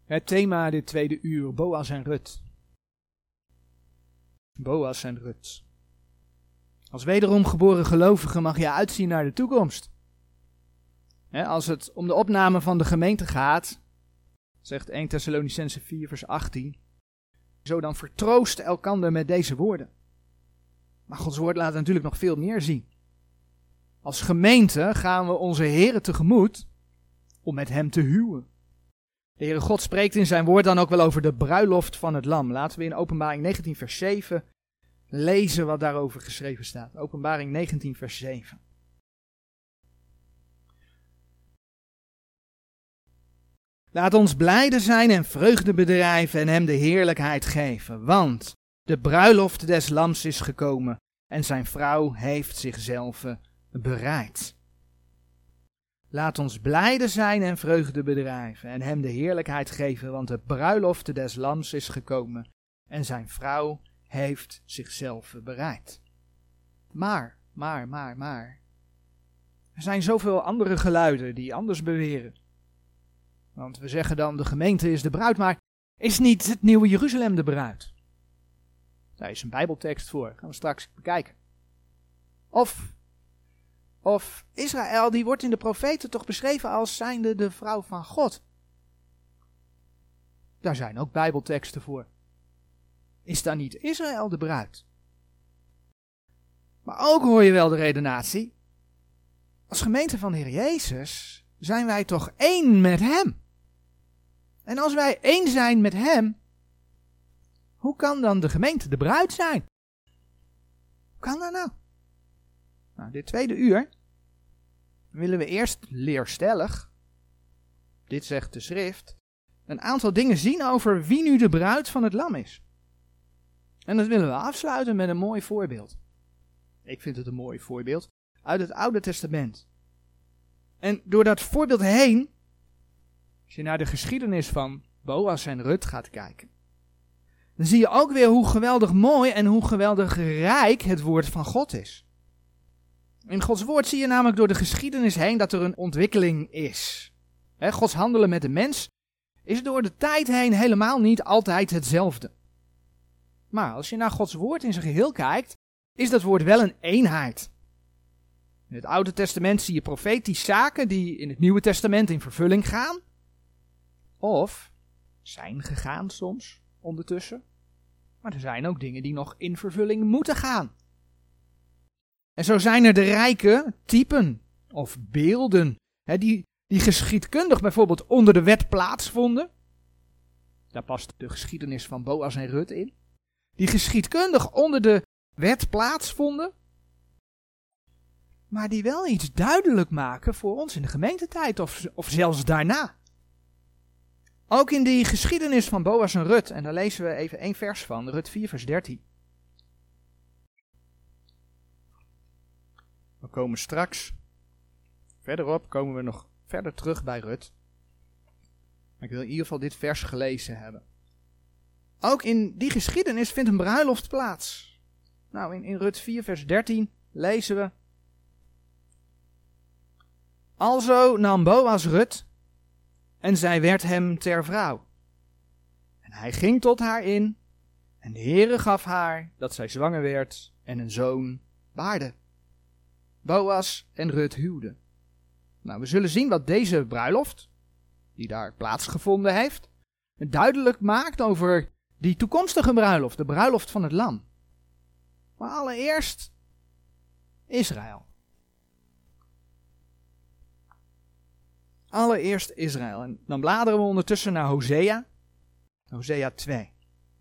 Het thema dit tweede uur, Boas en Rut. Boas en Rut. Als wederom geboren gelovige mag je uitzien naar de toekomst. Als het om de opname van de gemeente gaat, zegt 1 Thessalonicenzen 4 vers 18, zo dan vertroost elkander met deze woorden. Maar Gods woord laat natuurlijk nog veel meer zien. Als gemeente gaan we onze Here tegemoet om met hem te huwen. De Heere God spreekt in zijn woord dan ook wel over de bruiloft van het lam. Laten we in Openbaring 19 vers 7 lezen wat daarover geschreven staat. Openbaring 19 vers 7. Laat ons blijde zijn en vreugde bedrijven en hem de heerlijkheid geven. Want de bruiloft des lams is gekomen en zijn vrouw heeft zichzelf bereid. Laat ons blijde zijn en vreugde bedrijven en hem de heerlijkheid geven, want de bruiloft des lams is gekomen en zijn vrouw heeft zichzelf bereid. Maar. Er zijn zoveel andere geluiden die anders beweren. Want we zeggen dan de gemeente is de bruid, maar is niet het nieuwe Jeruzalem de bruid? Daar is een bijbeltekst voor, gaan we straks bekijken. Of Israël, die wordt in de profeten toch beschreven als zijnde de vrouw van God. Daar zijn ook bijbelteksten voor. Is dan niet Israël de bruid? Maar ook hoor je wel de redenatie. Als gemeente van de Heer Jezus zijn wij toch één met hem. En als wij één zijn met hem, hoe kan dan de gemeente de bruid zijn? Hoe kan dat nou? Nou, dit tweede uur willen we eerst leerstellig, dit zegt de schrift, een aantal dingen zien over wie nu de bruid van het lam is. En dat willen we afsluiten met een mooi voorbeeld. Ik vind het een mooi voorbeeld uit het Oude Testament. En door dat voorbeeld heen, als je naar de geschiedenis van Boas en Rut gaat kijken, dan zie je ook weer hoe geweldig mooi en hoe geweldig rijk het woord van God is. In Gods woord zie je namelijk door de geschiedenis heen dat er een ontwikkeling is. Gods handelen met de mens is door de tijd heen helemaal niet altijd hetzelfde. Maar als je naar Gods woord in zijn geheel kijkt, is dat woord wel een eenheid. In het Oude Testament zie je profetisch zaken die in het Nieuwe Testament in vervulling gaan. Of zijn gegaan soms ondertussen. Maar er zijn ook dingen die nog in vervulling moeten gaan. En zo zijn er de rijke typen of beelden die geschiedkundig bijvoorbeeld onder de wet plaatsvonden. Daar past de geschiedenis van Boas en Rut in. Die geschiedkundig onder de wet plaatsvonden. Maar die wel iets duidelijk maken voor ons in de gemeentetijd of zelfs daarna. Ook in die geschiedenis van Boas en Rut, en daar lezen we even 1 vers van, Rut 4 vers 13. We komen straks, verderop komen we nog verder terug bij Rut. Maar ik wil in ieder geval dit vers gelezen hebben. Ook in die geschiedenis vindt een bruiloft plaats. Nou, in Rut 4 vers 13 lezen we. Alzo nam Boas Rut en zij werd hem ter vrouw. En hij ging tot haar in en de Heere gaf haar dat zij zwanger werd en een zoon baarde. Boas en Rut huwden. Nou, we zullen zien wat deze bruiloft, die daar plaatsgevonden heeft, duidelijk maakt over die toekomstige bruiloft, de bruiloft van het lam. Maar allereerst Israël. Allereerst Israël. En dan bladeren we ondertussen naar Hosea. Hosea 2.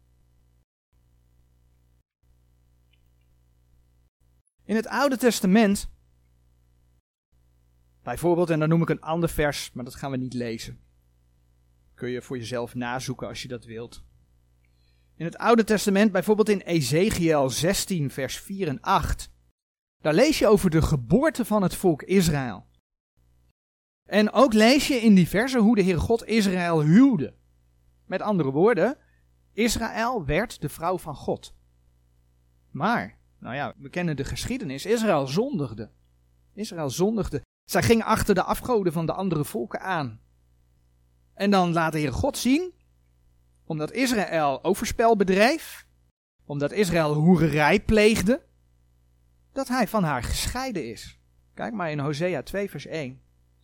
In het Oude Testament, bijvoorbeeld, en dan noem ik een ander vers, maar dat gaan we niet lezen. Kun je voor jezelf nazoeken als je dat wilt. In het Oude Testament, bijvoorbeeld in Ezekiel 16 vers 4 en 8, daar lees je over de geboorte van het volk Israël. En ook lees je in die versen hoe de Heere God Israël huwde. Met andere woorden, Israël werd de vrouw van God. Maar, nou ja, we kennen de geschiedenis, Israël zondigde. Israël zondigde. Zij ging achter de afgoden van de andere volken aan. En dan laat de Heere God zien omdat Israël overspel bedreef, omdat Israël hoererij pleegde, dat hij van haar gescheiden is. Kijk maar in Hosea 2 vers 1.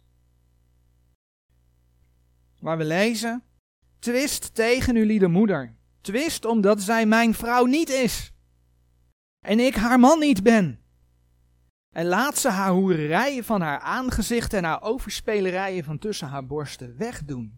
Waar we lezen, twist tegen uw liede moeder, twist omdat zij mijn vrouw niet is, en ik haar man niet ben. En laat ze haar hoererijen van haar aangezicht en haar overspelerijen van tussen haar borsten wegdoen.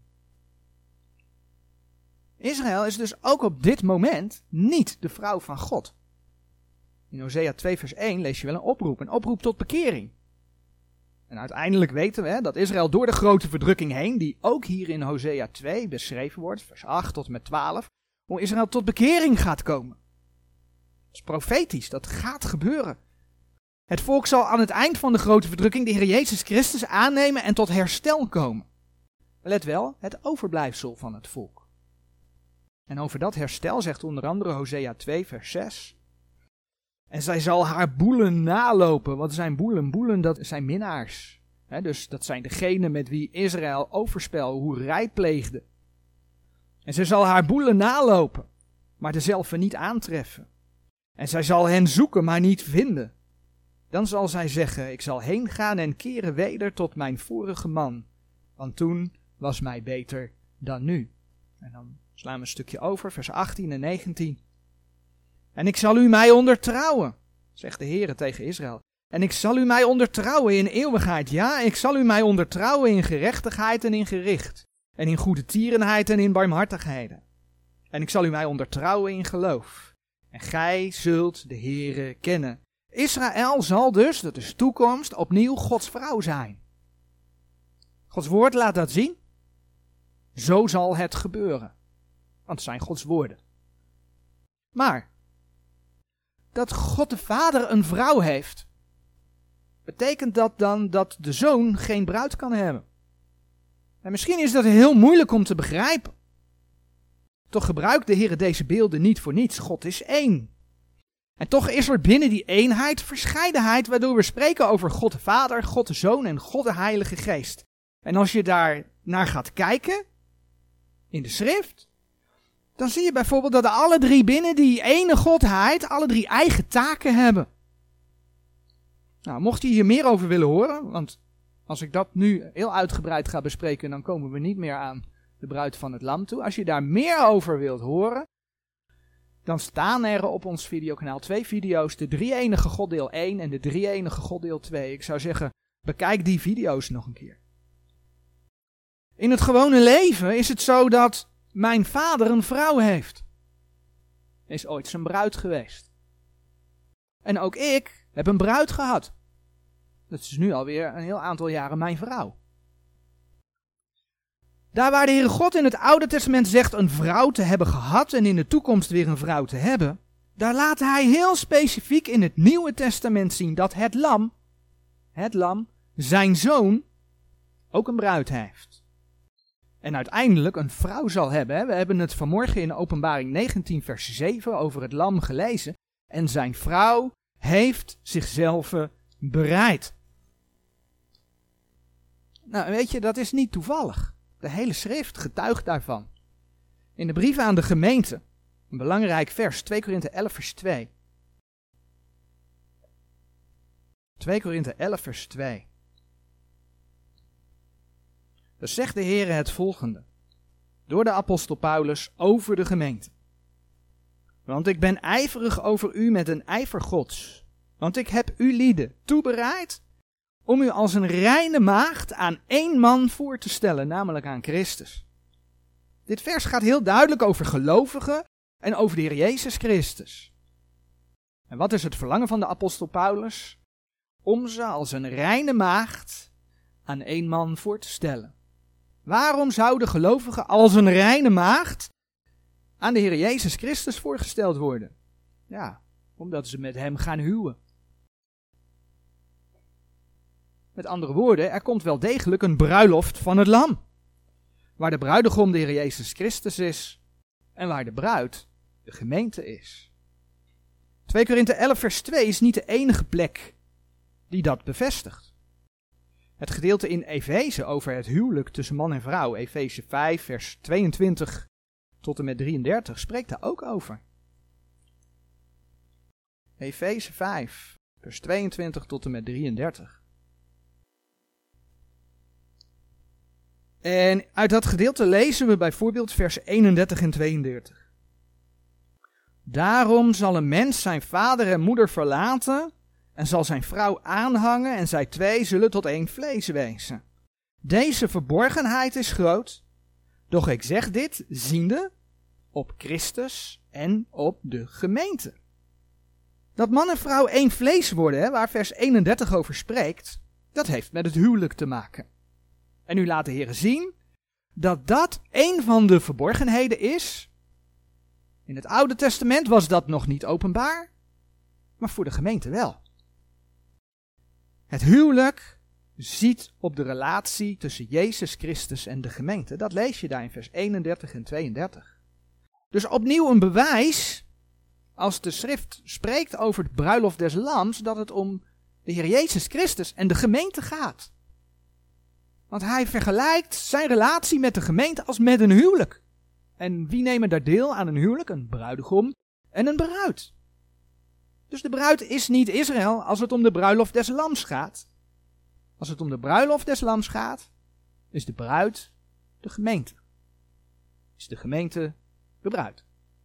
Israël is dus ook op dit moment niet de vrouw van God. In Hosea 2 vers 1 lees je wel een oproep tot bekering. En uiteindelijk weten we dat Israël door de grote verdrukking heen, die ook hier in Hosea 2 beschreven wordt, vers 8 tot en met 12, hoe Israël tot bekering gaat komen. Dat is profetisch, dat gaat gebeuren. Het volk zal aan het eind van de grote verdrukking de Heer Jezus Christus aannemen en tot herstel komen. Let wel, het overblijfsel van het volk. En over dat herstel zegt onder andere Hosea 2 vers 6. En zij zal haar boelen nalopen. Wat zijn boelen? Boelen, dat zijn minnaars. Dus dat zijn degenen met wie Israël overspel, hoerij pleegde. En zij zal haar boelen nalopen, maar dezelfde niet aantreffen. En zij zal hen zoeken, maar niet vinden. Dan zal zij zeggen, ik zal heen gaan en keren weder tot mijn vorige man. Want toen was mij beter dan nu. En dan slaan we een stukje over, vers 18 en 19. En ik zal u mij ondertrouwen, zegt de Heere tegen Israël. En ik zal u mij ondertrouwen in eeuwigheid. Ja, ik zal u mij ondertrouwen in gerechtigheid en in gericht. En in goede tierenheid en in barmhartigheden. En ik zal u mij ondertrouwen in geloof. En gij zult de Heere kennen. Israël zal dus, dat is toekomst, opnieuw Gods vrouw zijn. Gods woord laat dat zien. Zo zal het gebeuren. Want het zijn Gods woorden. Maar dat God de Vader een vrouw heeft, betekent dat dan dat de Zoon geen bruid kan hebben? En misschien is dat heel moeilijk om te begrijpen. Toch gebruikt de Heer deze beelden niet voor niets. God is één. En toch is er binnen die eenheid verscheidenheid, waardoor we spreken over God de Vader, God de Zoon en God de Heilige Geest. En als je daar naar gaat kijken, in de schrift, dan zie je bijvoorbeeld dat alle drie binnen die ene Godheid alle drie eigen taken hebben. Nou, mocht je hier meer over willen horen, want als ik dat nu heel uitgebreid ga bespreken, dan komen we niet meer aan de bruid van het lam toe. Als je daar meer over wilt horen, dan staan er op ons videokanaal 2 video's, de drie-enige God deel 1 en de drie-enige God deel 2. Ik zou zeggen, bekijk die video's nog een keer. In het gewone leven is het zo dat mijn vader een vrouw heeft. Is ooit zijn bruid geweest. En ook ik heb een bruid gehad. Dat is nu alweer een heel aantal jaren mijn vrouw. Daar waar de Heere God in het Oude Testament zegt een vrouw te hebben gehad en in de toekomst weer een vrouw te hebben, daar laat hij heel specifiek in het Nieuwe Testament zien dat het lam, zijn zoon, ook een bruid heeft. En uiteindelijk een vrouw zal hebben. We hebben het vanmorgen in Openbaring 19 vers 7 over het lam gelezen. En zijn vrouw heeft zichzelf bereid. Nou, weet je, dat is niet toevallig. De hele schrift getuigt daarvan. In de brief aan de gemeente, een belangrijk vers, 2 Korinthe 11 vers 2. 2 Korinthe 11 vers 2. Dus zegt de Heere het volgende, door de apostel Paulus over de gemeente. Want ik ben ijverig over u met een ijver Gods, want ik heb u lieden toebereid om u als een reine maagd aan één man voor te stellen, namelijk aan Christus. Dit vers gaat heel duidelijk over gelovigen en over de Heer Jezus Christus. En wat is het verlangen van de apostel Paulus? Om ze als een reine maagd aan één man voor te stellen. Waarom zouden gelovigen als een reine maagd aan de Heer Jezus Christus voorgesteld worden? Ja, omdat ze met hem gaan huwen. Met andere woorden, er komt wel degelijk een bruiloft van het lam. Waar de bruidegom de Heer Jezus Christus is en waar de bruid de gemeente is. 2 Korinthe 11 vers 2 is niet de enige plek die dat bevestigt. Het gedeelte in Efeze over het huwelijk tussen man en vrouw, Efeze 5 vers 22 tot en met 33 spreekt daar ook over. Efeze 5, vers 22 tot en met 33. En uit dat gedeelte lezen we bijvoorbeeld vers 31 en 32. Daarom zal een mens zijn vader en moeder verlaten en zal zijn vrouw aanhangen en zij twee zullen tot één vlees wezen. Deze verborgenheid is groot, doch ik zeg dit ziende op Christus en op de gemeente. Dat man en vrouw één vlees worden, waar vers 31 over spreekt, dat heeft met het huwelijk te maken. En nu laat de Heer zien dat dat een van de verborgenheden is. In het Oude Testament was dat nog niet openbaar, maar voor de gemeente wel. Het huwelijk ziet op de relatie tussen Jezus Christus en de gemeente. Dat lees je daar in vers 31 en 32. Dus opnieuw een bewijs, als de schrift spreekt over de bruiloft des Lams, dat het om de Heer Jezus Christus en de gemeente gaat. Want hij vergelijkt zijn relatie met de gemeente als met een huwelijk. En wie nemen daar deel aan een huwelijk? Een bruidegom en een bruid. Dus de bruid is niet Israël als het om de bruiloft des Lams gaat. Als het om de bruiloft des Lams gaat, is de bruid de gemeente. Is de gemeente de bruid.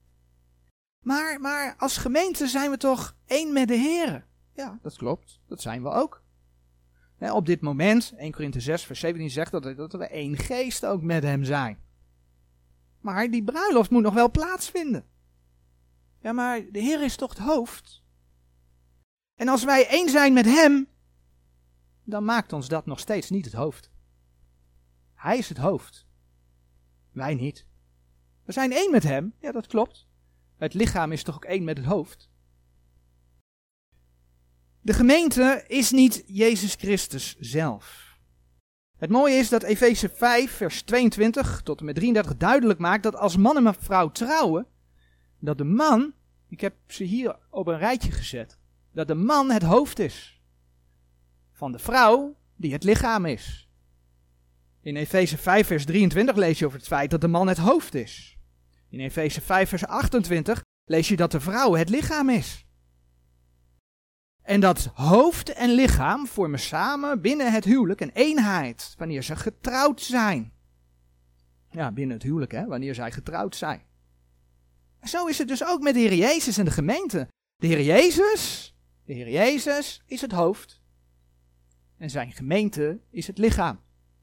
Maar als gemeente zijn we toch één met de Heer? Ja, dat klopt. Dat zijn we ook. Op dit moment, 1 Korinthe 6 vers 17 zegt dat we één geest ook met hem zijn. Maar die bruiloft moet nog wel plaatsvinden. Ja, maar de Heer is toch het hoofd? En als wij één zijn met hem, dan maakt ons dat nog steeds niet het hoofd. Hij is het hoofd. Wij niet. We zijn één met hem, ja dat klopt. Het lichaam is toch ook één met het hoofd. De gemeente is niet Jezus Christus zelf. Het mooie is dat Efeze 5 vers 22 tot en met 33 duidelijk maakt dat als man en vrouw trouwen, dat de man, ik heb ze hier op een rijtje gezet, dat de man het hoofd is van de vrouw die het lichaam is. In Efeze 5 vers 23 lees je over het feit dat de man het hoofd is. In Efeze 5 vers 28 lees je dat de vrouw het lichaam is. En dat hoofd en lichaam vormen samen binnen het huwelijk een eenheid, wanneer ze getrouwd zijn. Ja, binnen het huwelijk, wanneer zij getrouwd zijn. En zo is het dus ook met de Heer Jezus en de gemeente. De Heer Jezus is het hoofd. En zijn gemeente is het lichaam.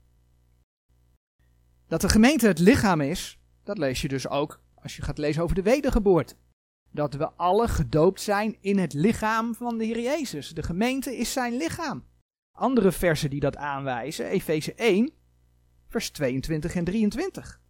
Dat de gemeente het lichaam is, dat lees je dus ook als je gaat lezen over de wedergeboorte. Dat we alle gedoopt zijn in het lichaam van de Heer Jezus. De gemeente is zijn lichaam. Andere versen die dat aanwijzen, Efeze 1, vers 22 en 23.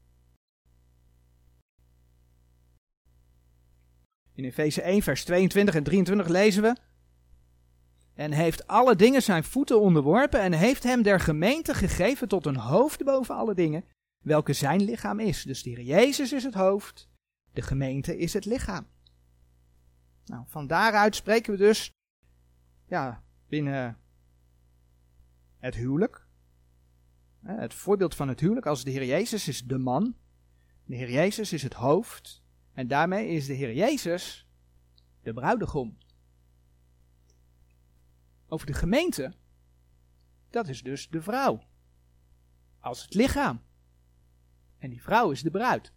In Efeze 1, vers 22 en 23 lezen we: En heeft alle dingen zijn voeten onderworpen en heeft hem der gemeente gegeven tot een hoofd boven alle dingen, welke zijn lichaam is. Dus de Heer Jezus is het hoofd, de gemeente is het lichaam. Nou, van daaruit spreken we dus binnen het huwelijk. Het voorbeeld van het huwelijk als de Heer Jezus is de man. De Heer Jezus is het hoofd. En daarmee is de Heer Jezus de bruidegom. Over de gemeente, dat is dus de vrouw. Als het lichaam. En die vrouw is de bruid.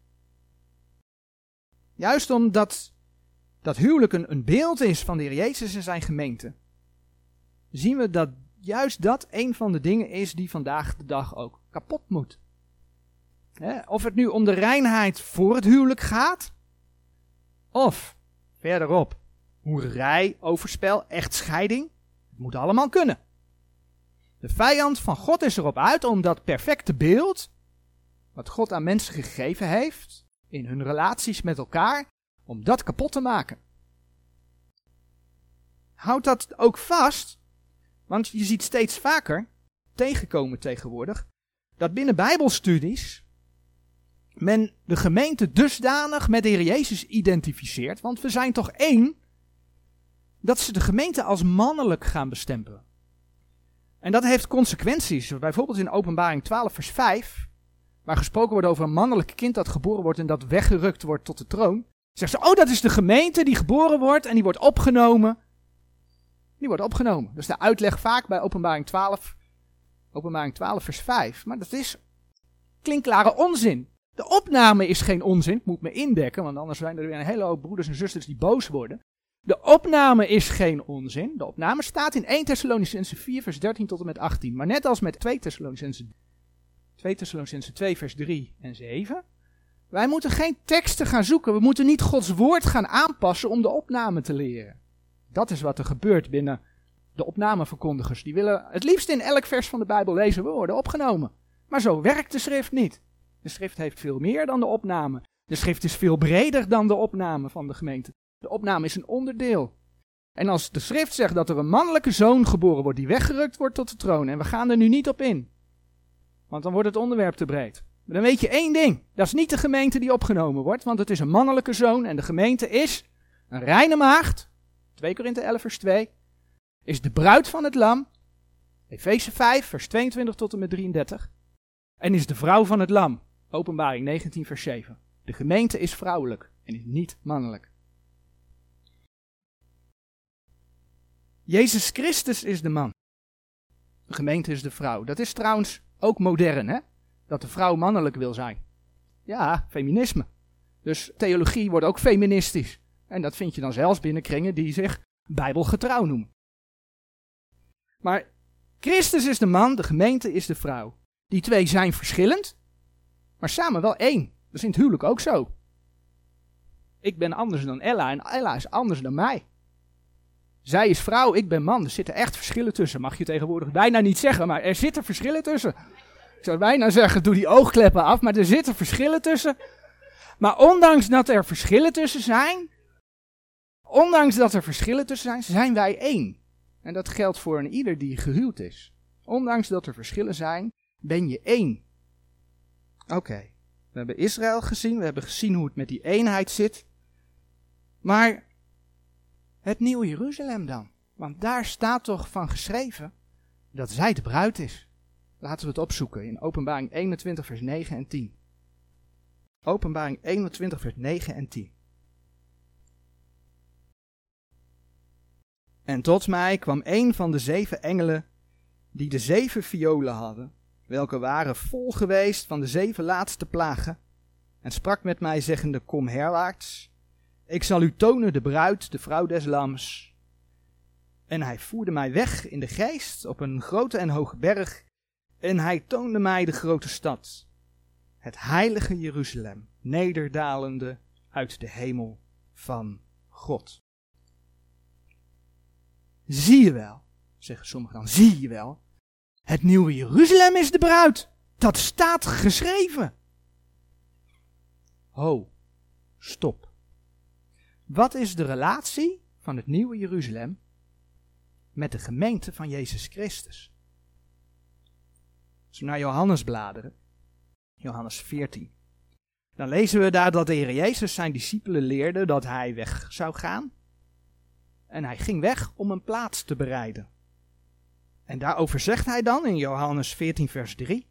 Juist omdat dat huwelijk een beeld is van de Heer Jezus en zijn gemeente, zien we dat juist dat een van de dingen is die vandaag de dag ook kapot moet. Of het nu om de reinheid voor het huwelijk gaat, of verderop hoererij, overspel, echtscheiding, het moet allemaal kunnen. De vijand van God is erop uit om dat perfecte beeld, wat God aan mensen gegeven heeft, in hun relaties met elkaar, om dat kapot te maken. Houd dat ook vast, want je ziet steeds vaker tegenkomen tegenwoordig, dat binnen Bijbelstudies men de gemeente dusdanig met de Heer Jezus identificeert, want we zijn toch één, dat ze de gemeente als mannelijk gaan bestempelen. En dat heeft consequenties. Bijvoorbeeld in Openbaring 12 vers 5, waar gesproken wordt over een mannelijk kind dat geboren wordt en dat weggerukt wordt tot de troon, zegt ze, dat is de gemeente die geboren wordt en die wordt opgenomen. Die wordt opgenomen. Dat is de uitleg vaak bij Openbaring 12 vers 5. Maar dat is klinkklare onzin. De opname is geen onzin, ik moet me indekken, want anders zijn er weer een hele hoop broeders en zusters die boos worden. De opname is geen onzin. De opname staat in 1 Thessalonicenzen 4 vers 13 tot en met 18. Maar net als met 2 Thessalonicenzen 2 vers 3 en 7. Wij moeten geen teksten gaan zoeken. We moeten niet Gods woord gaan aanpassen om de opname te leren. Dat is wat er gebeurt binnen de opnameverkondigers. Die willen het liefst in elk vers van de Bijbel lezen, we worden opgenomen. Maar zo werkt de schrift niet. De schrift heeft veel meer dan de opname. De schrift is veel breder dan de opname van de gemeente. De opname is een onderdeel. En als de schrift zegt dat er een mannelijke zoon geboren wordt die weggerukt wordt tot de troon, en we gaan er nu niet op in, want dan wordt het onderwerp te breed. Maar dan weet je één ding, dat is niet de gemeente die opgenomen wordt, want het is een mannelijke zoon en de gemeente is een reine maagd, 2 Korinthe 11 vers 2, is de bruid van het lam, Efeze 5 vers 22 tot en met 33, en is de vrouw van het lam, Openbaring 19 vers 7. De gemeente is vrouwelijk en is niet mannelijk. Jezus Christus is de man. De gemeente is de vrouw. Dat is trouwens ook modern, hè? Dat de vrouw mannelijk wil zijn. Ja, feminisme. Dus theologie wordt ook feministisch. En dat vind je dan zelfs binnen kringen die zich bijbelgetrouw noemen. Maar Christus is de man, de gemeente is de vrouw. Die twee zijn verschillend, maar samen wel één. Dat is in het huwelijk ook zo. Ik ben anders dan Ella en Ella is anders dan mij. Zij is vrouw, ik ben man. Er zitten echt verschillen tussen. Mag je tegenwoordig bijna niet zeggen, maar er zitten verschillen tussen. Ik zou bijna zeggen, doe die oogkleppen af, maar er zitten verschillen tussen. Maar ondanks dat er verschillen tussen zijn, zijn wij één. En dat geldt voor een ieder die gehuwd is. Ondanks dat er verschillen zijn, ben je één. Oké, we hebben Israël gezien, we hebben gezien hoe het met die eenheid zit. Maar het nieuwe Jeruzalem dan? Want daar staat toch van geschreven dat zij de bruid is. Laten we het opzoeken in Openbaring 21 vers 9 en 10. Openbaring 21 vers 9 en 10. En tot mij kwam een van de 7 engelen die de 7 violen hadden, welke waren vol geweest van de 7 laatste plagen, en sprak met mij zeggende, kom herwaarts, ik zal u tonen de bruid, de vrouw des lams. En hij voerde mij weg in de geest op een grote en hoge berg, en hij toonde mij de grote stad, het heilige Jeruzalem, nederdalende uit de hemel van God. Zie je wel, zeggen sommigen dan, zie je wel, het nieuwe Jeruzalem is de bruid, dat staat geschreven. Ho, stop. Wat is de relatie van het nieuwe Jeruzalem met de gemeente van Jezus Christus? Als we naar Johannes bladeren, Johannes 14, dan lezen we daar dat de Heer Jezus zijn discipelen leerde dat hij weg zou gaan. En hij ging weg om een plaats te bereiden. En daarover zegt hij dan in Johannes 14 vers 3.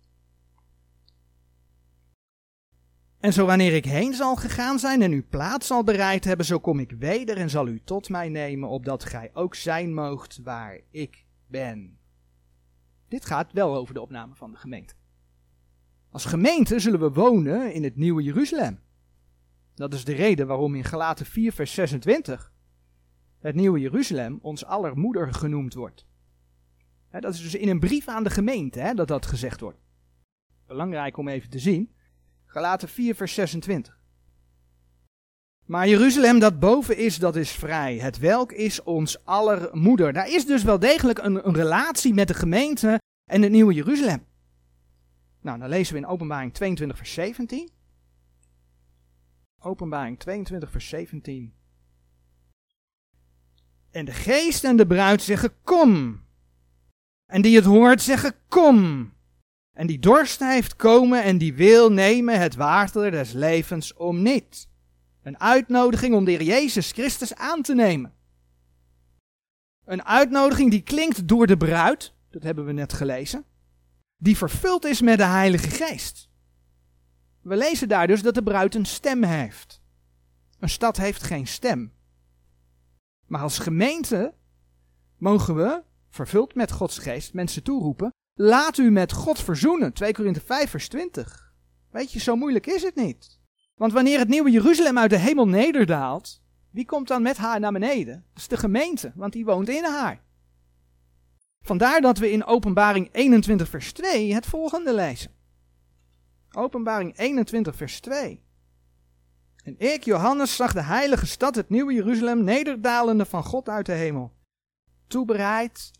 En zo wanneer ik heen zal gegaan zijn en uw plaats zal bereid hebben, zo kom ik weder en zal u tot mij nemen, opdat gij ook zijn moogt waar ik ben. Dit gaat wel over de opname van de gemeente. Als gemeente zullen we wonen in het nieuwe Jeruzalem. Dat is de reden waarom in Galaten 4 vers 26 het nieuwe Jeruzalem ons aller moeder genoemd wordt. Dat is dus in een brief aan de gemeente dat gezegd wordt. Belangrijk om even te zien. Galaten 4 vers 26. Maar Jeruzalem dat boven is, dat is vrij. Het welk is ons aller moeder. Daar is dus wel degelijk een relatie met de gemeente en het nieuwe Jeruzalem. Nou, dan lezen we in Openbaring 22 vers 17. Openbaring 22 vers 17. En de geest en de bruid zeggen, kom. En die het hoort zeggen, kom. En die dorst heeft, komen en die wil nemen het water des levens om niet. Een uitnodiging om de Heer Jezus Christus aan te nemen. Een uitnodiging die klinkt door de bruid, dat hebben we net gelezen, die vervuld is met de Heilige Geest. We lezen daar dus dat de bruid een stem heeft. Een stad heeft geen stem. Maar als gemeente mogen we, vervuld met Gods geest, mensen toeroepen: laat u met God verzoenen. 2 Korinthe 5 vers 20. Weet je, zo moeilijk is het niet. Want wanneer het nieuwe Jeruzalem uit de hemel nederdaalt, wie komt dan met haar naar beneden? Dat is de gemeente, want die woont in haar. Vandaar dat we in Openbaring 21 vers 2 het volgende lezen. Openbaring 21 vers 2. En ik, Johannes, zag de heilige stad, het nieuwe Jeruzalem, nederdalende van God uit de hemel. Toebereid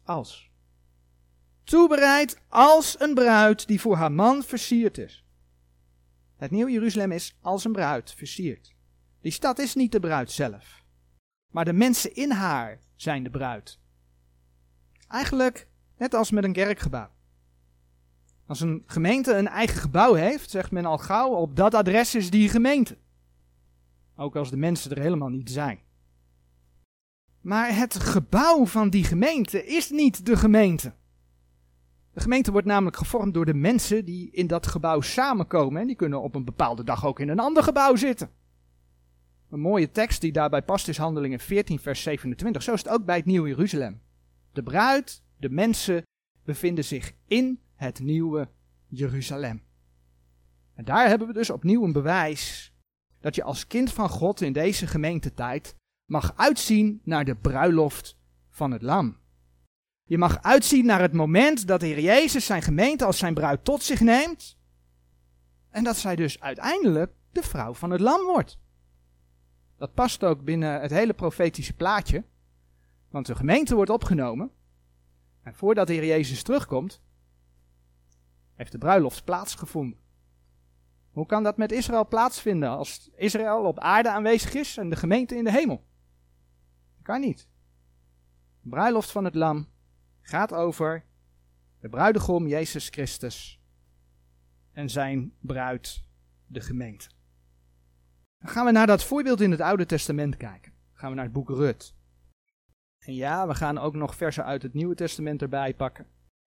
als een bruid die voor haar man versierd is. Het nieuwe Jeruzalem is als een bruid versierd. Die stad is niet de bruid zelf, maar de mensen in haar zijn de bruid. Eigenlijk net als met een kerkgebouw. Als een gemeente een eigen gebouw heeft, zegt men al gauw: op dat adres is die gemeente. Ook als de mensen er helemaal niet zijn. Maar het gebouw van die gemeente is niet de gemeente. De gemeente wordt namelijk gevormd door de mensen die in dat gebouw samenkomen. En die kunnen op een bepaalde dag ook in een ander gebouw zitten. Een mooie tekst die daarbij past is Handelingen 14 vers 27. Zo is het ook bij het Nieuwe Jeruzalem. De bruid, de mensen bevinden zich in het Nieuwe Jeruzalem. En daar hebben we dus opnieuw een bewijs dat je als kind van God in deze gemeentetijd mag uitzien naar de bruiloft van het Lam. Je mag uitzien naar het moment dat de Heer Jezus zijn gemeente als zijn bruid tot zich neemt. En dat zij dus uiteindelijk de vrouw van het Lam wordt. Dat past ook binnen het hele profetische plaatje. Want de gemeente wordt opgenomen. En voordat de Heer Jezus terugkomt, heeft de bruiloft plaatsgevonden. Hoe kan dat met Israël plaatsvinden als Israël op aarde aanwezig is en de gemeente in de hemel? Dat kan niet. De bruiloft van het Lam gaat over de bruidegom Jezus Christus en zijn bruid, de gemeente. Dan gaan we naar dat voorbeeld in het Oude Testament kijken. Dan gaan we naar het boek Rut. En ja, we gaan ook nog versen uit het Nieuwe Testament erbij pakken.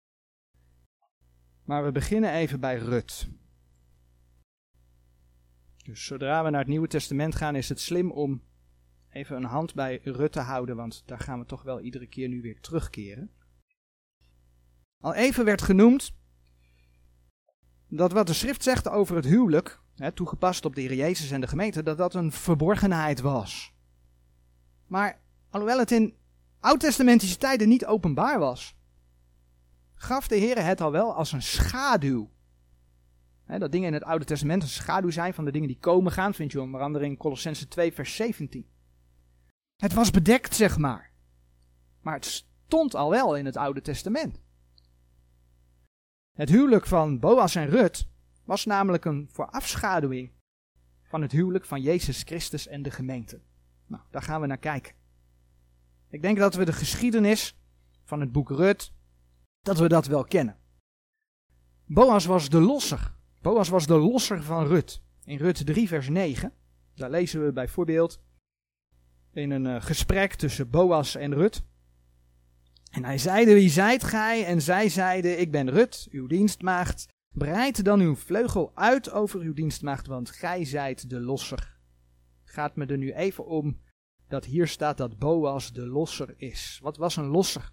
Maar we beginnen even bij Rut. Dus zodra we naar het Nieuwe Testament gaan, is het slim om even een hand bij Rut te houden, want daar gaan we toch wel iedere keer nu weer terugkeren. Al even werd genoemd dat wat de schrift zegt over het huwelijk, toegepast op de Heer Jezus en de gemeente, dat dat een verborgenheid was. Maar alhoewel het in oud-testamentische tijden niet openbaar was, gaf de Heer het al wel als een schaduw. Dat dingen in het Oude Testament een schaduw zijn van de dingen die komen gaan, vind je onder andere in Kolossenzen 2 vers 17. Het was bedekt, zeg maar. Maar het stond al wel in het Oude Testament. Het huwelijk van Boas en Rut was namelijk een voorafschaduwing van het huwelijk van Jezus Christus en de gemeente. Nou, daar gaan we naar kijken. Ik denk dat we de geschiedenis van het boek Rut, dat we dat wel kennen. Boas was de losser. Boas was de losser van Rut. In Rut 3 vers 9, daar lezen we bijvoorbeeld in een gesprek tussen Boas en Rut. En hij zeide: wie zijt gij? En zij zeide: ik ben Rut, uw dienstmaagd. Breid dan uw vleugel uit over uw dienstmaagd, want gij zijt de losser. Het gaat me er nu even om dat hier staat dat Boas de losser is. Wat was een losser?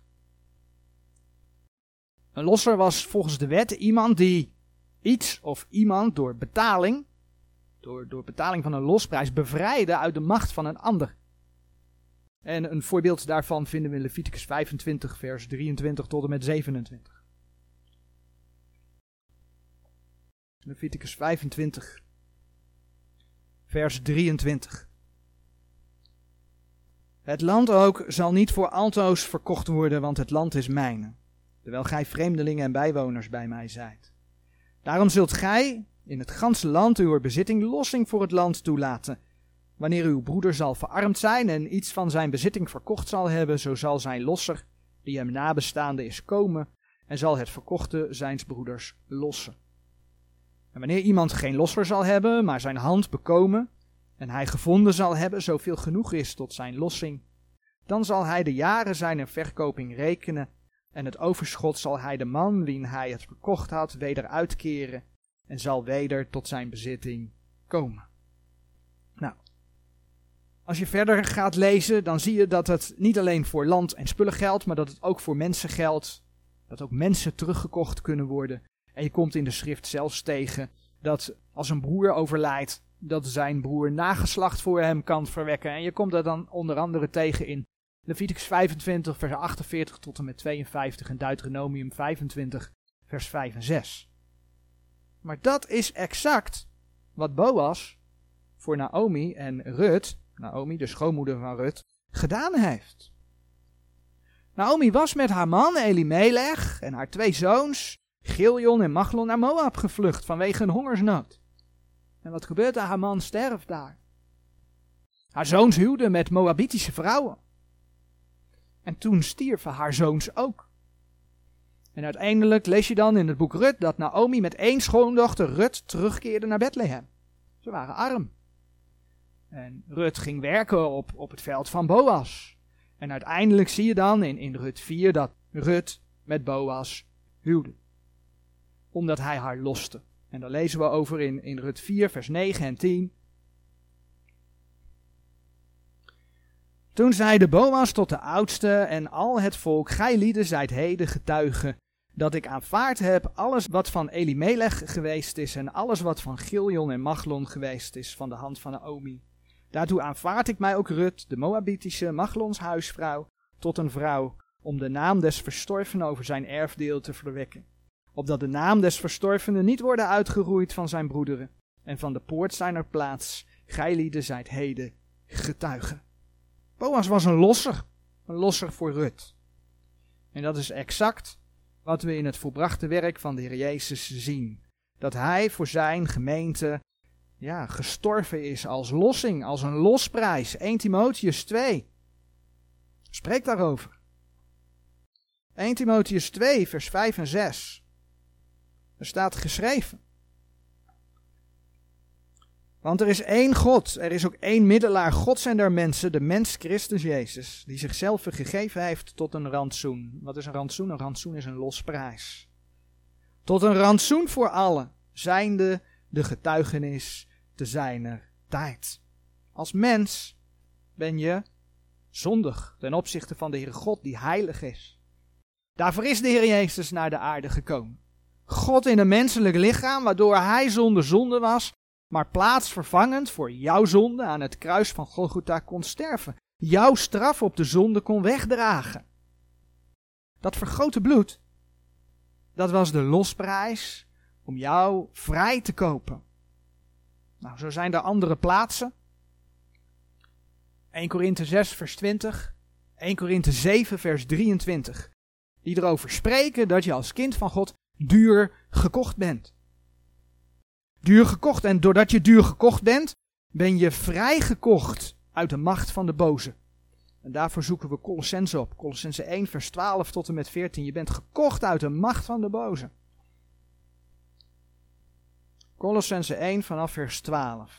Een losser was volgens de wet iemand die iets of iemand door betaling, door betaling van een losprijs, bevrijdde uit de macht van een ander. En een voorbeeld daarvan vinden we in Leviticus 25 vers 23 tot en met 27. Leviticus 25 vers 23. Het land ook zal niet voor altoos verkocht worden, want het land is mijn, terwijl gij vreemdelingen en bijwoners bij mij zijt. Daarom zult gij in het ganse land uw bezitting lossing voor het land toelaten. Wanneer uw broeder zal verarmd zijn en iets van zijn bezitting verkocht zal hebben, zo zal zijn losser, die hem nabestaande is, komen en zal het verkochte zijns broeders lossen. En wanneer iemand geen losser zal hebben, maar zijn hand bekomen, en hij gevonden zal hebben zoveel genoeg is tot zijn lossing, dan zal hij de jaren zijner verkoping rekenen, en het overschot zal hij de man, wien hij het verkocht had, weder uitkeren, en zal weder tot zijn bezitting komen. Nou, als je verder gaat lezen, dan zie je dat het niet alleen voor land en spullen geldt, maar dat het ook voor mensen geldt. Dat ook mensen teruggekocht kunnen worden. En je komt in de schrift zelfs tegen dat als een broer overlijdt, dat zijn broer nageslacht voor hem kan verwekken. En je komt dat dan onder andere tegen in Leviticus 25 vers 48 tot en met 52 en Deuteronomium 25 vers 5 en 6. Maar dat is exact wat Boas voor Naomi en Rut, Naomi de schoonmoeder van Rut, gedaan heeft. Naomi was met haar man Elimelech en haar 2 zoons, Giljon en Machlon, naar Moab gevlucht vanwege een hongersnood. En wat gebeurt er? Haar man sterft daar. Haar zoons huwden met Moabitische vrouwen. En toen stierven haar zoons ook. En uiteindelijk lees je dan in het boek Rut dat Naomi met 1 schoondochter Rut terugkeerde naar Bethlehem. Ze waren arm. En Rut ging werken op het veld van Boas. En uiteindelijk zie je dan in Rut 4 dat Rut met Boas huwde. Omdat hij haar loste. En daar lezen we over in Rut 4 vers 9 en 10. Toen zeide Boas tot de oudste en al het volk: gij lieden zijt heden getuigen dat ik aanvaard heb alles wat van Elimelech geweest is en alles wat van Giljon en Machlon geweest is van de hand van Naomi. Daartoe aanvaard ik mij ook Rut, de Moabitische, Machlons huisvrouw, tot een vrouw, om de naam des verstorvenen over zijn erfdeel te verwekken. Opdat de naam des verstorvenen niet worden uitgeroeid van zijn broederen, en van de poort zijner plaats, gij lieden zijt heden getuigen. Boas was een losser voor Rut. En dat is exact wat we in het volbrachte werk van de Heer Jezus zien. Dat hij voor zijn gemeente gestorven is als lossing, als een losprijs. 1 Timotheus 2 spreekt daarover. 1 Timotheus 2 vers 5 en 6. Er staat geschreven: want er is 1 God, er is ook 1 middelaar Gods en der mensen, de mens Christus Jezus, die zichzelf gegeven heeft tot een rantsoen. Wat is een rantsoen? Een rantsoen is een losprijs. Tot een rantsoen voor allen, zijnde de getuigenis te zijner tijd. Als mens ben je zondig ten opzichte van de Heere God die heilig is. Daarvoor is de Heer Jezus naar de aarde gekomen. God in een menselijk lichaam, waardoor hij zonder zonde was, maar plaatsvervangend voor jouw zonde aan het kruis van Golgotha kon sterven. Jouw straf op de zonde kon wegdragen. Dat vergoten bloed, dat was de losprijs om jou vrij te kopen. Nou, zo zijn er andere plaatsen. 1 Korinthe 6 vers 20, 1 Korinthe 7 vers 23. Die erover spreken dat je als kind van God duur gekocht bent. Duur gekocht, en doordat je duur gekocht bent, ben je vrijgekocht uit de macht van de boze. En daarvoor zoeken we Colossense op. Colossense 1 vers 12 tot en met 14. Je bent gekocht uit de macht van de boze. Colossense 1 vanaf vers 12.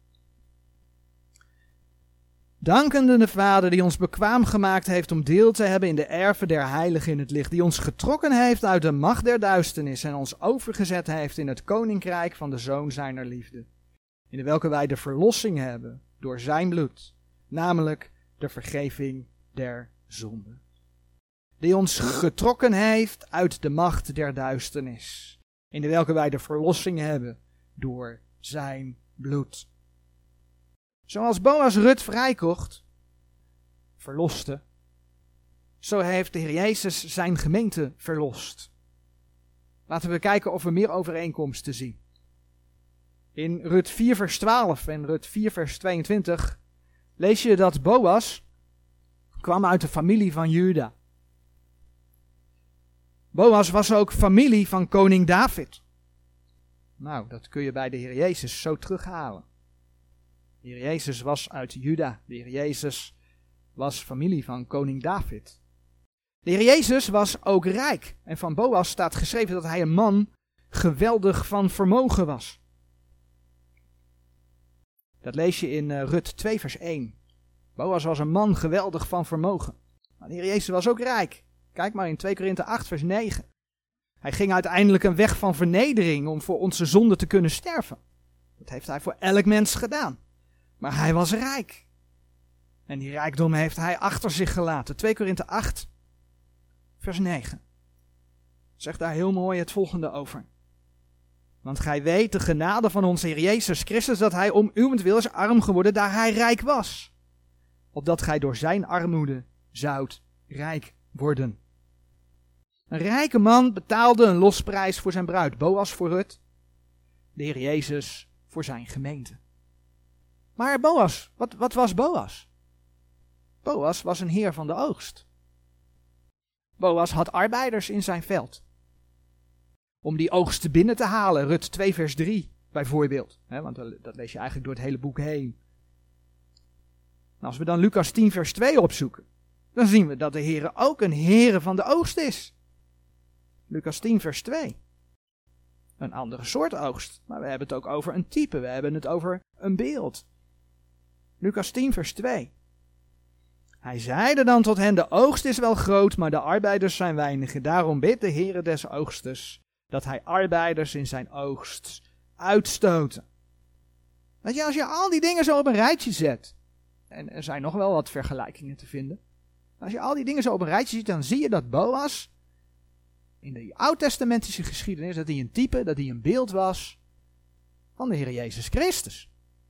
Dankende de Vader die ons bekwaam gemaakt heeft om deel te hebben in de erven der heiligen in het licht. Die ons getrokken heeft uit de macht der duisternis en ons overgezet heeft in het koninkrijk van de Zoon zijner liefde. In de welke wij de verlossing hebben door zijn bloed. Namelijk de vergeving der zonden. Die ons getrokken heeft uit de macht der duisternis. In de welke wij de verlossing hebben door zijn bloed. Zoals Boas Rut vrijkocht, verloste, zo heeft de Heer Jezus zijn gemeente verlost. Laten we kijken of we meer overeenkomsten zien. In Rut 4 vers 12 en Rut 4 vers 22 lees je dat Boas kwam uit de familie van Juda. Boas was ook familie van koning David. Nou, dat kun je bij de Heer Jezus zo terughalen. De Heer Jezus was uit Juda. De Heer Jezus was familie van koning David. De Heer Jezus was ook rijk. En van Boas staat geschreven dat hij een man geweldig van vermogen was. Dat lees je in Rut 2 vers 1. Boas was een man geweldig van vermogen. Maar de Heer Jezus was ook rijk. Kijk maar in 2 Korinthe 8 vers 9. Hij ging uiteindelijk een weg van vernedering om voor onze zonde te kunnen sterven. Dat heeft hij voor elk mens gedaan. Maar hij was rijk. En die rijkdom heeft hij achter zich gelaten. 2 Korinthe 8, vers 9. Zegt daar heel mooi het volgende over. Want gij weet de genade van onze Heer Jezus Christus, dat hij om uwentwil is arm geworden, daar hij rijk was. Opdat gij door zijn armoede zoudt rijk worden. Een rijke man betaalde een losprijs voor zijn bruid. Boas voor Rut. De Heer Jezus voor zijn gemeente. Maar Boas, wat was Boas? Boas was een heer van de oogst. Boas had arbeiders in zijn veld. Om die oogst te binnen te halen. Rut 2 vers 3 bijvoorbeeld. Want dat lees je eigenlijk door het hele boek heen. En als we dan Lucas 10 vers 2 opzoeken. Dan zien we dat de Heer ook een Heere van de oogst is. Lucas 10 vers 2. Een andere soort oogst. Maar we hebben het ook over een type. We hebben het over een beeld. Lucas 10 vers 2. Hij zeide dan tot hen, de oogst is wel groot, maar de arbeiders zijn weinigen. Daarom bidt de Heere des oogstes, dat hij arbeiders in zijn oogst uitstoten. Weet je, als je al die dingen zo op een rijtje zet, en er zijn nog wel wat vergelijkingen te vinden. Als je al die dingen zo op een rijtje ziet, dan zie je dat Boas in de oud-testamentische geschiedenis, dat hij een type, dat hij een beeld was van de Heer Jezus Christus.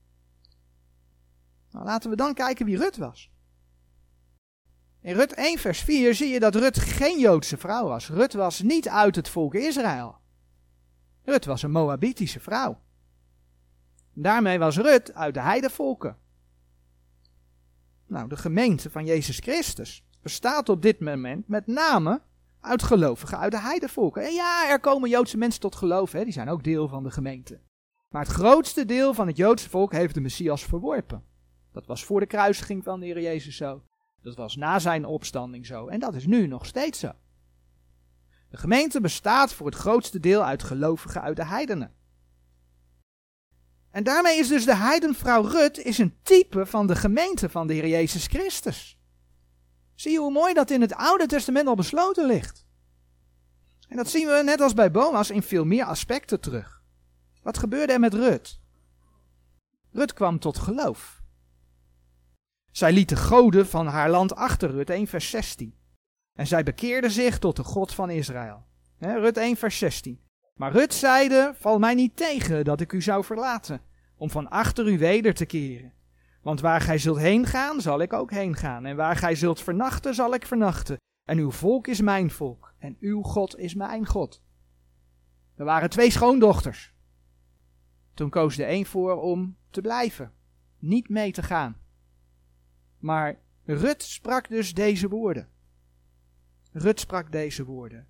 Nou, laten we dan kijken wie Rut was. In Rut 1 vers 4 zie je dat Rut geen Joodse vrouw was. Rut was niet uit het volk Israël. Rut was een Moabitische vrouw. Daarmee was Rut uit de heidevolken. Nou, de gemeente van Jezus Christus bestaat op dit moment met name uit gelovigen uit de heidevolken. En ja, er komen Joodse mensen tot geloof, die zijn ook deel van de gemeente. Maar het grootste deel van het Joodse volk heeft de Messias verworpen. Dat was voor de kruisiging van de Heer Jezus zo. Dat was na zijn opstanding zo. En dat is nu nog steeds zo. De gemeente bestaat voor het grootste deel uit gelovigen uit de heidenen. En daarmee is dus de heidenvrouw Rut is een type van de gemeente van de Heer Jezus Christus. Zie je hoe mooi dat in het Oude Testament al besloten ligt. En dat zien we net als bij Boas in veel meer aspecten terug. Wat gebeurde er met Rut? Rut kwam tot geloof. Zij liet de goden van haar land achter, Rut 1 vers 16. En zij bekeerde zich tot de God van Israël. Rut 1 vers 16. Maar Rut zeide, val mij niet tegen dat ik u zou verlaten, om van achter u weder te keren. Want waar gij zult heen gaan, zal ik ook heen gaan. En waar gij zult vernachten, zal ik vernachten. En uw volk is mijn volk. En uw God is mijn God. Er waren 2 schoondochters. Toen koos de een voor om te blijven. Niet mee te gaan. Maar Rut sprak dus deze woorden. Rut sprak deze woorden.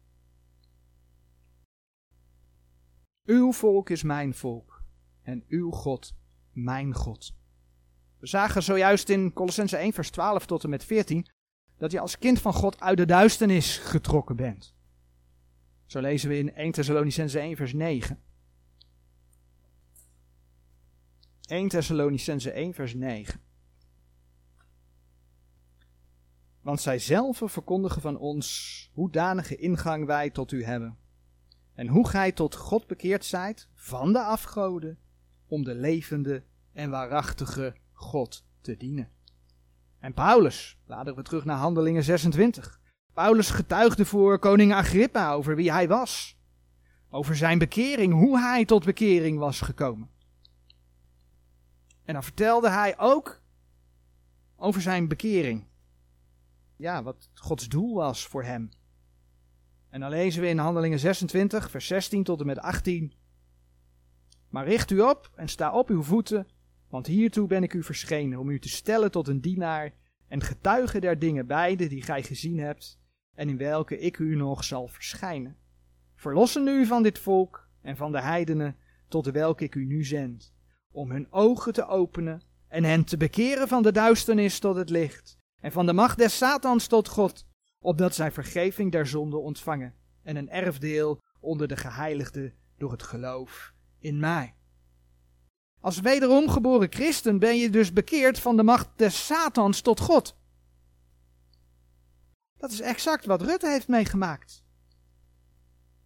Uw volk is mijn volk. En uw God mijn God. We zagen zojuist in Kolossenzen 1 vers 12 tot en met 14... dat je als kind van God uit de duisternis getrokken bent. Zo lezen we in 1 Thessalonicenzen 1 vers 9. 1 Thessalonicenzen 1 vers 9. Want zij zelf verkondigen van ons hoedanige ingang wij tot u hebben. En hoe gij tot God bekeerd zijt van de afgoden, om de levende en waarachtige God te dienen. En Paulus, bladeren we terug naar Handelingen 26. Paulus getuigde voor koning Agrippa over wie hij was. Over zijn bekering, hoe hij tot bekering was gekomen. En dan vertelde hij ook over zijn bekering. Ja, wat Gods doel was voor hem. En dan lezen we in Handelingen 26, vers 16 tot en met 18. Maar richt u op en sta op uw voeten, want hiertoe ben ik u verschenen, om u te stellen tot een dienaar en getuige der dingen beide die gij gezien hebt, en in welke ik u nog zal verschijnen. Verlossen u van dit volk en van de heidenen, tot de welke ik u nu zend, om hun ogen te openen en hen te bekeren van de duisternis tot het licht, en van de macht des Satans tot God, opdat zij vergeving der zonde ontvangen en een erfdeel onder de geheiligden door het geloof in mij. Als wederom geboren christen ben je dus bekeerd van de macht des Satans tot God. Dat is exact wat Rut heeft meegemaakt.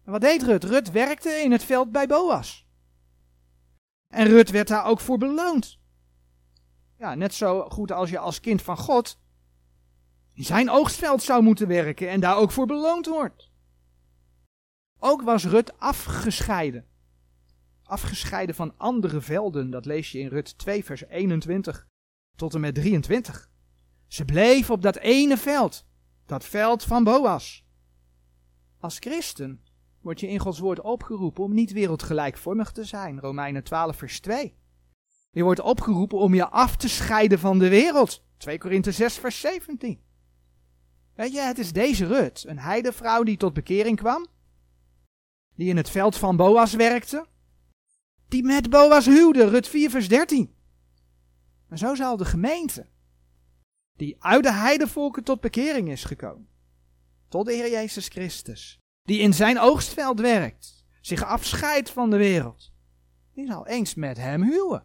En wat deed Rut? Rut werkte in het veld bij Boas. En Rut werd daar ook voor beloond. Ja, net zo goed als je als kind van God in zijn oogstveld zou moeten werken en daar ook voor beloond wordt. Ook was Rut afgescheiden. Afgescheiden van andere velden, dat lees je in Rut 2 vers 21 tot en met 23. Ze bleef op dat ene veld, dat veld van Boas. Als christen word je in Gods woord opgeroepen om niet wereldgelijkvormig te zijn, Romeinen 12 vers 2. Je wordt opgeroepen om je af te scheiden van de wereld, 2 Korinthe 6 vers 17. Weet je, het is deze Rut, een heidevrouw die tot bekering kwam, die in het veld van Boas werkte, die met Boas huwde, Rut 4 vers 13. En zo zal de gemeente, die uit de heidevolken tot bekering is gekomen, tot de Heer Jezus Christus, die in zijn oogstveld werkt, zich afscheidt van de wereld, die zal eens met hem huwen.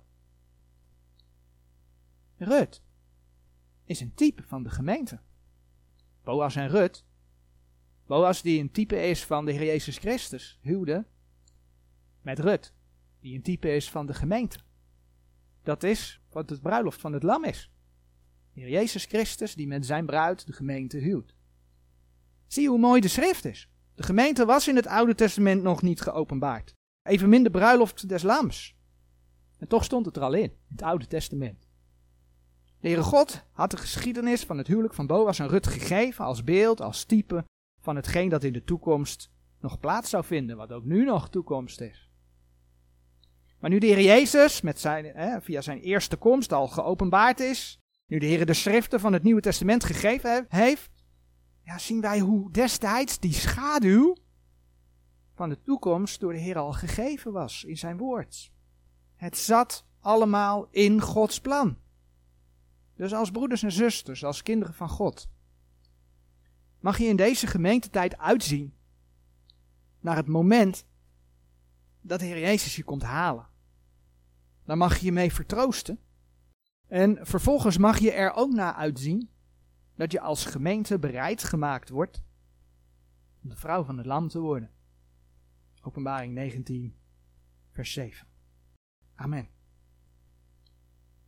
Rut is een type van de gemeente. Boas en Rut, Boas die een type is van de Heer Jezus Christus, huwde met Rut, die een type is van de gemeente. Dat is wat het bruiloft van het lam is. De Heer Jezus Christus die met zijn bruid de gemeente huwt. Zie hoe mooi de schrift is. De gemeente was in het Oude Testament nog niet geopenbaard. Evenmin de bruiloft des lams. En toch stond het er al in het Oude Testament. De Heere God had de geschiedenis van het huwelijk van Boas en Rut gegeven als beeld, als type van hetgeen dat in de toekomst nog plaats zou vinden, wat ook nu nog toekomst is. Maar nu de Heer Jezus via zijn eerste komst al geopenbaard is, nu de Heer de schriften van het Nieuwe Testament gegeven heeft, ja, zien wij hoe destijds die schaduw van de toekomst door de Heer al gegeven was in zijn woord. Het zat allemaal in Gods plan. Dus als broeders en zusters, als kinderen van God, mag je in deze gemeentetijd uitzien naar het moment dat de Heer Jezus je komt halen. Daar mag je je mee vertroosten. En vervolgens mag je er ook naar uitzien dat je als gemeente bereid gemaakt wordt om de vrouw van het lam te worden. Openbaring 19, vers 7. Amen.